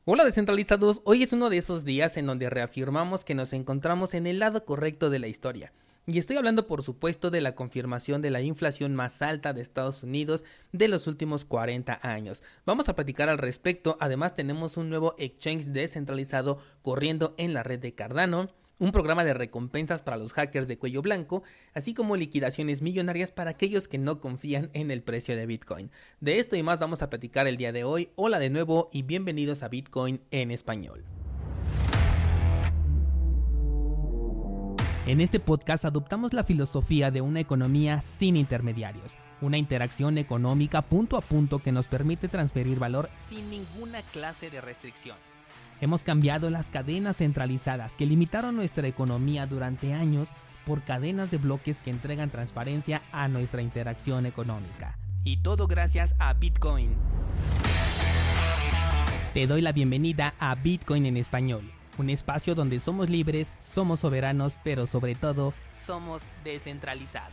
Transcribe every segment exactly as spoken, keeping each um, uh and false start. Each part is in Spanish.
Hola descentralizados, hoy es uno de esos días en donde reafirmamos que nos encontramos en el lado correcto de la historia. Y estoy hablando por supuesto de la confirmación de la inflación más alta de Estados Unidos de los últimos cuarenta años. Vamos a platicar al respecto, además tenemos un nuevo exchange descentralizado corriendo en la red de Cardano, un programa de recompensas para los hackers de cuello blanco, así como liquidaciones millonarias para aquellos que no confían en el precio de Bitcoin. De esto y más vamos a platicar el día de hoy. Hola de nuevo y bienvenidos a Bitcoin en español. En este podcast adoptamos la filosofía de una economía sin intermediarios, una interacción económica punto a punto que nos permite transferir valor sin ninguna clase de restricción. Hemos cambiado las cadenas centralizadas que limitaron nuestra economía durante años por cadenas de bloques que entregan transparencia a nuestra interacción económica. Y todo gracias a Bitcoin. Te doy la bienvenida a Bitcoin en español, un espacio donde somos libres, somos soberanos, pero sobre todo somos descentralizados.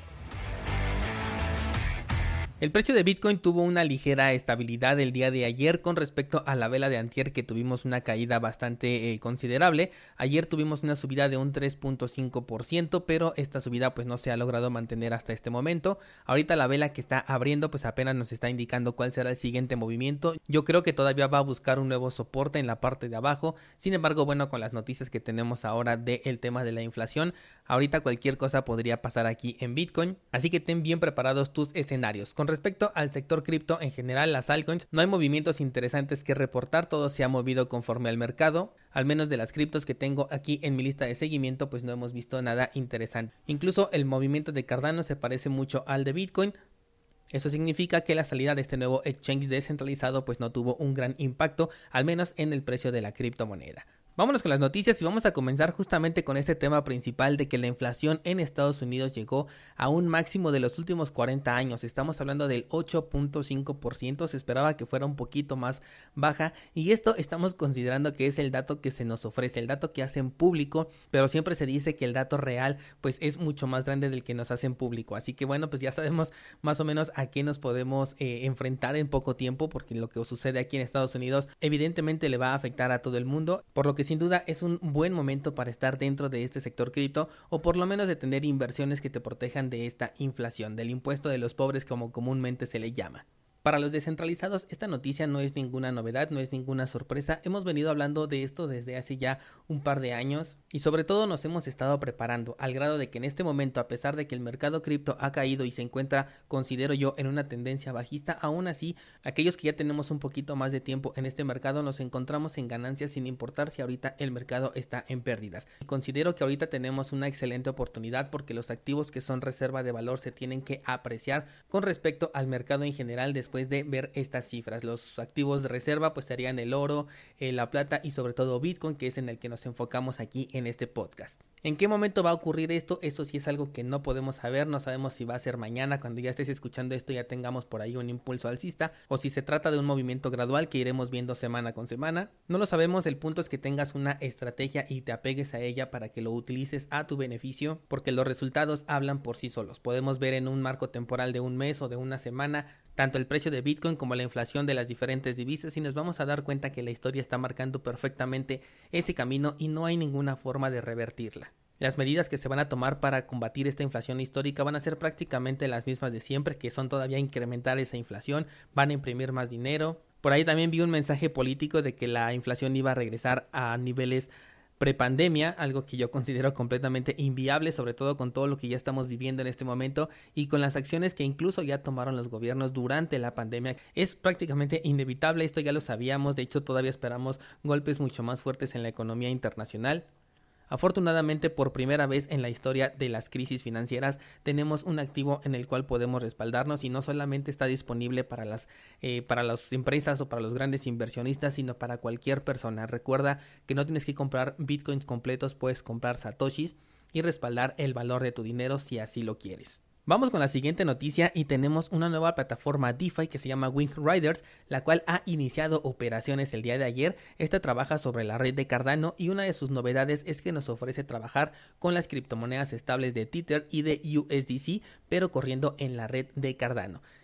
El precio de Bitcoin tuvo una ligera estabilidad el día de ayer con respecto a la vela de antier, que tuvimos una caída bastante eh, considerable. Ayer tuvimos una subida de un tres punto cinco por ciento, pero esta subida pues no se ha logrado mantener hasta este momento. Ahorita la vela que está abriendo pues apenas nos está indicando cuál será el siguiente movimiento. Yo creo que todavía va a buscar un nuevo soporte en la parte de abajo. Sin embargo, bueno, con las noticias que tenemos ahora del tema de la inflación, ahorita cualquier cosa podría pasar aquí en Bitcoin. Así que ten bien preparados tus escenarios. Con Con respecto al sector cripto en general, las altcoins, no hay movimientos interesantes que reportar, todo se ha movido conforme al mercado. Al menos de las criptos que tengo aquí en mi lista de seguimiento, pues no hemos visto nada interesante. Incluso el movimiento de Cardano se parece mucho al de Bitcoin. Eso significa que la salida de este nuevo exchange descentralizado pues no tuvo un gran impacto, al menos en el precio de la criptomoneda. Vámonos con las noticias y vamos a comenzar justamente con este tema principal de que la inflación en Estados Unidos llegó a un máximo de los últimos cuarenta años. Estamos hablando del ocho punto cinco por ciento, se esperaba que fuera un poquito más baja y esto estamos considerando que es el dato que se nos ofrece, el dato que hacen público, pero siempre se dice que el dato real pues es mucho más grande del que nos hacen público. Así que bueno, pues ya sabemos más o menos a qué nos podemos eh, enfrentar en poco tiempo, porque lo que sucede aquí en Estados Unidos evidentemente le va a afectar a todo el mundo, por lo que sin duda es un buen momento para estar dentro de este sector cripto, o por lo menos de tener inversiones que te protejan de esta inflación, del impuesto de los pobres como comúnmente se le llama. Para los descentralizados, esta noticia no es ninguna novedad, no es ninguna sorpresa. Hemos venido hablando de esto desde hace ya un par de años y sobre todo nos hemos estado preparando al grado de que en este momento, a pesar de que el mercado cripto ha caído y se encuentra, considero yo, en una tendencia bajista, aún así, aquellos que ya tenemos un poquito más de tiempo en este mercado nos encontramos en ganancias sin importar si ahorita el mercado está en pérdidas. Considero que ahorita tenemos una excelente oportunidad porque los activos que son reserva de valor se tienen que apreciar con respecto al mercado en general después de ver estas cifras. Los activos de reserva pues serían el oro, eh, la plata y sobre todo Bitcoin, que es en el que nos enfocamos aquí en este podcast. ¿En qué momento va a ocurrir esto? Eso sí es algo que no podemos saber, no sabemos si va a ser mañana, cuando ya estés escuchando esto ya tengamos por ahí un impulso alcista, o si se trata de un movimiento gradual que iremos viendo semana con semana. No lo sabemos, el punto es que tengas una estrategia y te apegues a ella para que lo utilices a tu beneficio, porque los resultados hablan por sí solos. Podemos ver en un marco temporal de un mes o de una semana tanto el precio de Bitcoin como la inflación de las diferentes divisas y nos vamos a dar cuenta que la historia está marcando perfectamente ese camino y no hay ninguna forma de revertirla. Las medidas que se van a tomar para combatir esta inflación histórica van a ser prácticamente las mismas de siempre, que son todavía incrementar esa inflación, van a imprimir más dinero. Por ahí también vi un mensaje político de que la inflación iba a regresar a niveles prepandemia, algo que yo considero completamente inviable, sobre todo con todo lo que ya estamos viviendo en este momento y con las acciones que incluso ya tomaron los gobiernos durante la pandemia. Es prácticamente inevitable, esto ya lo sabíamos, de hecho todavía esperamos golpes mucho más fuertes en la economía internacional. Afortunadamente, por primera vez en la historia de las crisis financieras, tenemos un activo en el cual podemos respaldarnos y no solamente está disponible para las, eh, para las empresas o para los grandes inversionistas, sino para cualquier persona. Recuerda que no tienes que comprar bitcoins completos, puedes comprar satoshis y respaldar el valor de tu dinero si así lo quieres. Vamos con la siguiente noticia y tenemos una nueva plataforma DeFi que se llama Wing Riders, la cual ha iniciado operaciones el día de ayer. Esta trabaja sobre la red de Cardano y una de sus novedades es que nos ofrece trabajar con las criptomonedas estables de Tether y de U S D C, pero corriendo en la red de Cardano.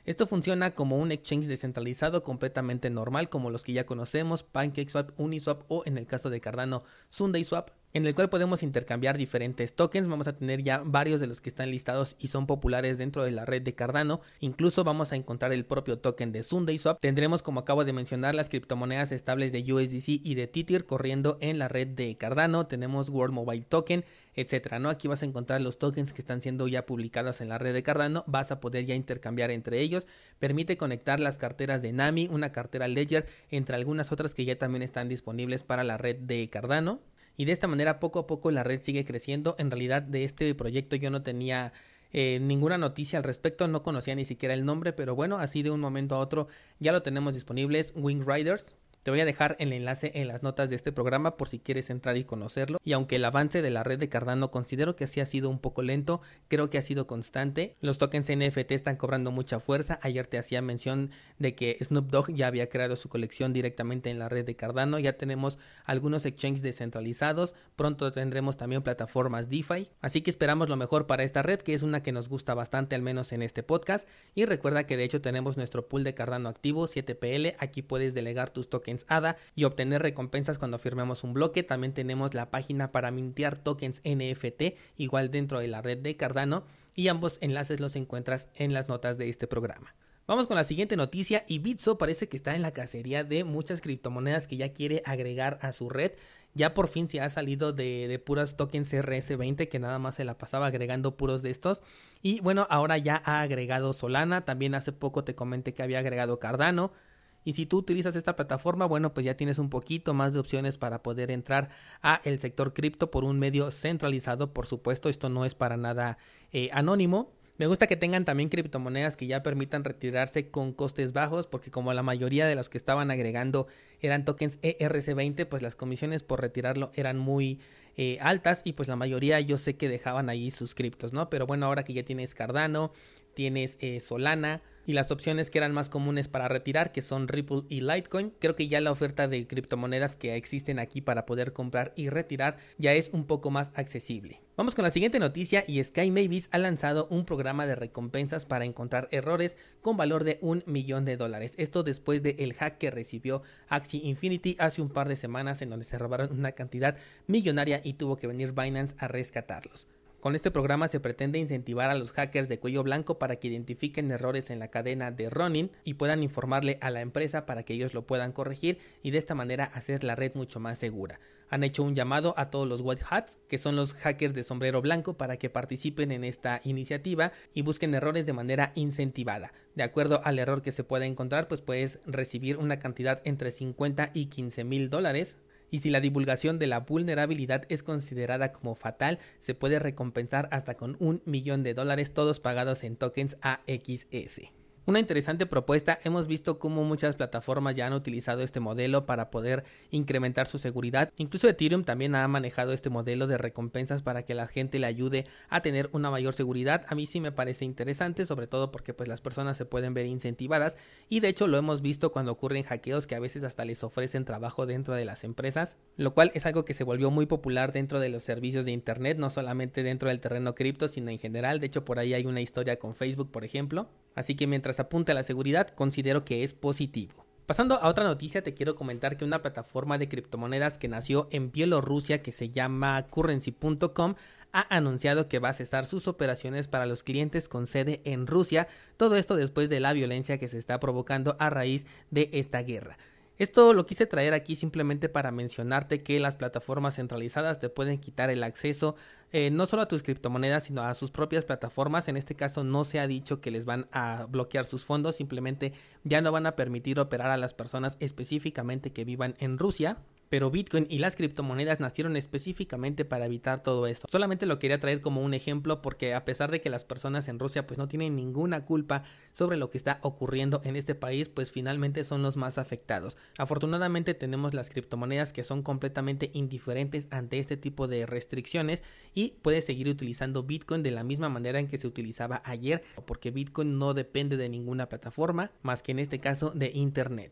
Esto funciona como un exchange descentralizado completamente normal, como los que ya conocemos, PancakeSwap, Uniswap o en el caso de Cardano, SundaySwap, en el cual podemos intercambiar diferentes tokens. Vamos a tener ya varios de los que están listados y son populares dentro de la red de Cardano. Incluso vamos a encontrar el propio token de SundaySwap. Tendremos, como acabo de mencionar, las criptomonedas estables de U S D C y de Tether corriendo en la red de Cardano. Tenemos World Mobile Token, etcétera, ¿no? Aquí vas a encontrar los tokens que están siendo ya publicados en la red de Cardano. Vas a poder ya intercambiar entre ellos. Permite conectar las carteras de Nami, una cartera Ledger, entre algunas otras que ya también están disponibles para la red de Cardano. Y de esta manera poco a poco la red sigue creciendo. En realidad de este proyecto yo no tenía eh, ninguna noticia al respecto, no conocía ni siquiera el nombre, pero bueno, así de un momento a otro ya lo tenemos disponibles. Wing Riders. Te voy a dejar el enlace en las notas de este programa por si quieres entrar y conocerlo. Y aunque el avance de la red de Cardano considero que sí ha sido un poco lento, creo que ha sido constante. Los tokens N F T están cobrando mucha fuerza. Ayer te hacía mención de que Snoop Dogg ya había creado su colección directamente en la red de Cardano. Ya tenemos algunos exchanges descentralizados. Pronto tendremos también plataformas DeFi. Así que esperamos lo mejor para esta red, que es una que nos gusta bastante, al menos en este podcast. Y recuerda que de hecho tenemos nuestro pool de Cardano activo, siete P L. Aquí puedes delegar tus tokens A D A y obtener recompensas cuando firmemos un bloque. También tenemos la página para mintear tokens N F T, igual dentro de la red de Cardano, y ambos enlaces los encuentras en las notas de este programa. Vamos con la siguiente noticia, y Bitso parece que está en la cacería de muchas criptomonedas que ya quiere agregar a su red. Ya por fin se ha salido de, de puras tokens R S veinte, que nada más se la pasaba agregando puros de estos. Y bueno, ahora ya ha agregado Solana. También hace poco te comenté que había agregado Cardano. Y si tú utilizas esta plataforma, bueno, pues ya tienes un poquito más de opciones para poder entrar a el sector cripto por un medio centralizado. Por supuesto, esto no es para nada eh, anónimo. Me gusta que tengan también criptomonedas que ya permitan retirarse con costes bajos, porque como la mayoría de los que estaban agregando eran tokens E R C veinte, pues las comisiones por retirarlo eran muy eh, altas, y pues la mayoría yo sé que dejaban ahí sus criptos, ¿no? Pero bueno, ahora que ya tienes Cardano, tienes eh, Solana y las opciones que eran más comunes para retirar, que son Ripple y Litecoin, creo que ya la oferta de criptomonedas que existen aquí para poder comprar y retirar ya es un poco más accesible. Vamos con la siguiente noticia, y Sky Mavis ha lanzado un programa de recompensas para encontrar errores con valor de un millón de dólares. Esto después del hack que recibió Axie Infinity hace un par de semanas, en donde se robaron una cantidad millonaria y tuvo que venir Binance a rescatarlos. Con este programa se pretende incentivar a los hackers de cuello blanco para que identifiquen errores en la cadena de Ronin y puedan informarle a la empresa para que ellos lo puedan corregir, y de esta manera hacer la red mucho más segura. Han hecho un llamado a todos los White Hats, que son los hackers de sombrero blanco, para que participen en esta iniciativa y busquen errores de manera incentivada. De acuerdo al error que se pueda encontrar, pues puedes recibir una cantidad entre cincuenta y quince mil dólares. Y si la divulgación de la vulnerabilidad es considerada como fatal, se puede recompensar hasta con un millón de dólares, todos pagados en tokens A X S. Una interesante propuesta. Hemos visto cómo muchas plataformas ya han utilizado este modelo para poder incrementar su seguridad. Incluso Ethereum también ha manejado este modelo de recompensas para que la gente le ayude a tener una mayor seguridad. A mí sí me parece interesante, sobre todo porque pues las personas se pueden ver incentivadas, y de hecho lo hemos visto cuando ocurren hackeos que a veces hasta les ofrecen trabajo dentro de las empresas, lo cual es algo que se volvió muy popular dentro de los servicios de internet, no solamente dentro del terreno cripto, sino en general. De hecho, por ahí hay una historia con Facebook, por ejemplo. Así que mientras apunte a la seguridad, considero que es positivo. Pasando a otra noticia, te quiero comentar que una plataforma de criptomonedas que nació en Bielorrusia, que se llama currency punto com, ha anunciado que va a cesar sus operaciones para los clientes con sede en Rusia. Todo esto después de la violencia que se está provocando a raíz de esta guerra. Esto lo quise traer aquí simplemente para mencionarte que las plataformas centralizadas te pueden quitar el acceso eh, no solo a tus criptomonedas, sino a sus propias plataformas. En este caso no se ha dicho que les van a bloquear sus fondos, simplemente ya no van a permitir operar a las personas específicamente que vivan en Rusia. Pero Bitcoin y las criptomonedas nacieron específicamente para evitar todo esto. Solamente lo quería traer como un ejemplo, porque a pesar de que las personas en Rusia pues no tienen ninguna culpa sobre lo que está ocurriendo en este país, pues finalmente son los más afectados. Afortunadamente tenemos las criptomonedas que son completamente indiferentes ante este tipo de restricciones, y puedes seguir utilizando Bitcoin de la misma manera en que se utilizaba ayer, porque Bitcoin no depende de ninguna plataforma más que en este caso de internet.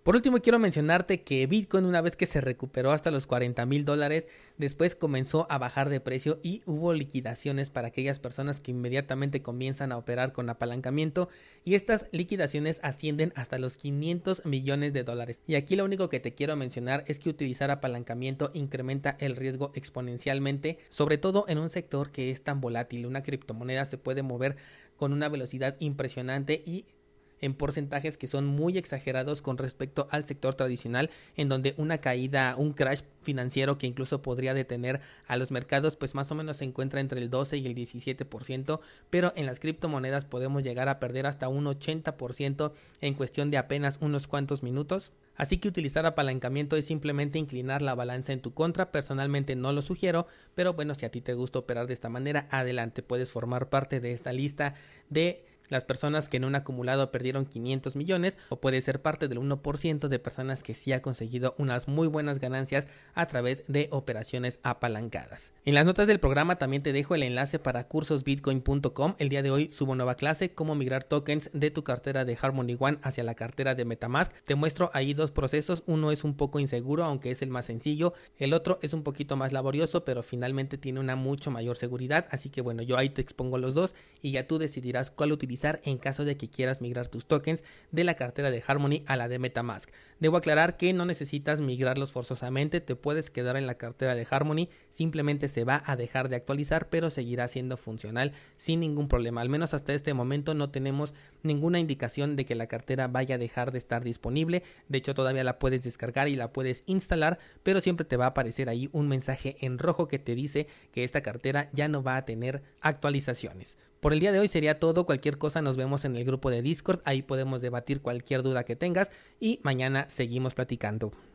Por último, quiero mencionarte que Bitcoin, una vez que se recuperó hasta los cuarenta mil dólares, después comenzó a bajar de precio y hubo liquidaciones para aquellas personas que inmediatamente comienzan a operar con apalancamiento, y estas liquidaciones ascienden hasta los quinientos millones de dólares. Y aquí lo único que te quiero mencionar es que utilizar apalancamiento incrementa el riesgo exponencialmente, sobre todo en un sector que es tan volátil. Una criptomoneda se puede mover con una velocidad impresionante y en porcentajes que son muy exagerados con respecto al sector tradicional, en donde una caída, un crash financiero que incluso podría detener a los mercados, pues más o menos se encuentra entre el doce y el diecisiete por ciento, pero en las criptomonedas podemos llegar a perder hasta un ochenta por ciento en cuestión de apenas unos cuantos minutos. Así que utilizar apalancamiento es simplemente inclinar la balanza en tu contra. Personalmente no lo sugiero, pero bueno, si a ti te gusta operar de esta manera, adelante, puedes formar parte de esta lista de las personas que en un acumulado perdieron quinientos millones, o puede ser parte del uno por ciento de personas que sí ha conseguido unas muy buenas ganancias a través de operaciones apalancadas. En las notas del programa también te dejo el enlace para cursos bitcoin punto com. El día de hoy subo nueva clase, cómo migrar tokens de tu cartera de Harmony One hacia la cartera de MetaMask. Te muestro ahí dos procesos, uno es un poco inseguro, aunque es el más sencillo, el otro es un poquito más laborioso, pero finalmente tiene una mucho mayor seguridad. Así que bueno, yo ahí te expongo los dos y ya tú decidirás cuál utilizar en caso de que quieras migrar tus tokens de la cartera de Harmony a la de MetaMask. Debo aclarar que no necesitas migrarlos forzosamente, te puedes quedar en la cartera de Harmony, simplemente se va a dejar de actualizar, pero seguirá siendo funcional sin ningún problema. Al menos hasta este momento no tenemos ninguna indicación de que la cartera vaya a dejar de estar disponible. De hecho, todavía la puedes descargar y la puedes instalar, pero siempre te va a aparecer ahí un mensaje en rojo que te dice que esta cartera ya no va a tener actualizaciones. Por el día de hoy sería todo. Cualquier cosa nos vemos en el grupo de Discord, ahí podemos debatir cualquier duda que tengas y mañana seguimos platicando.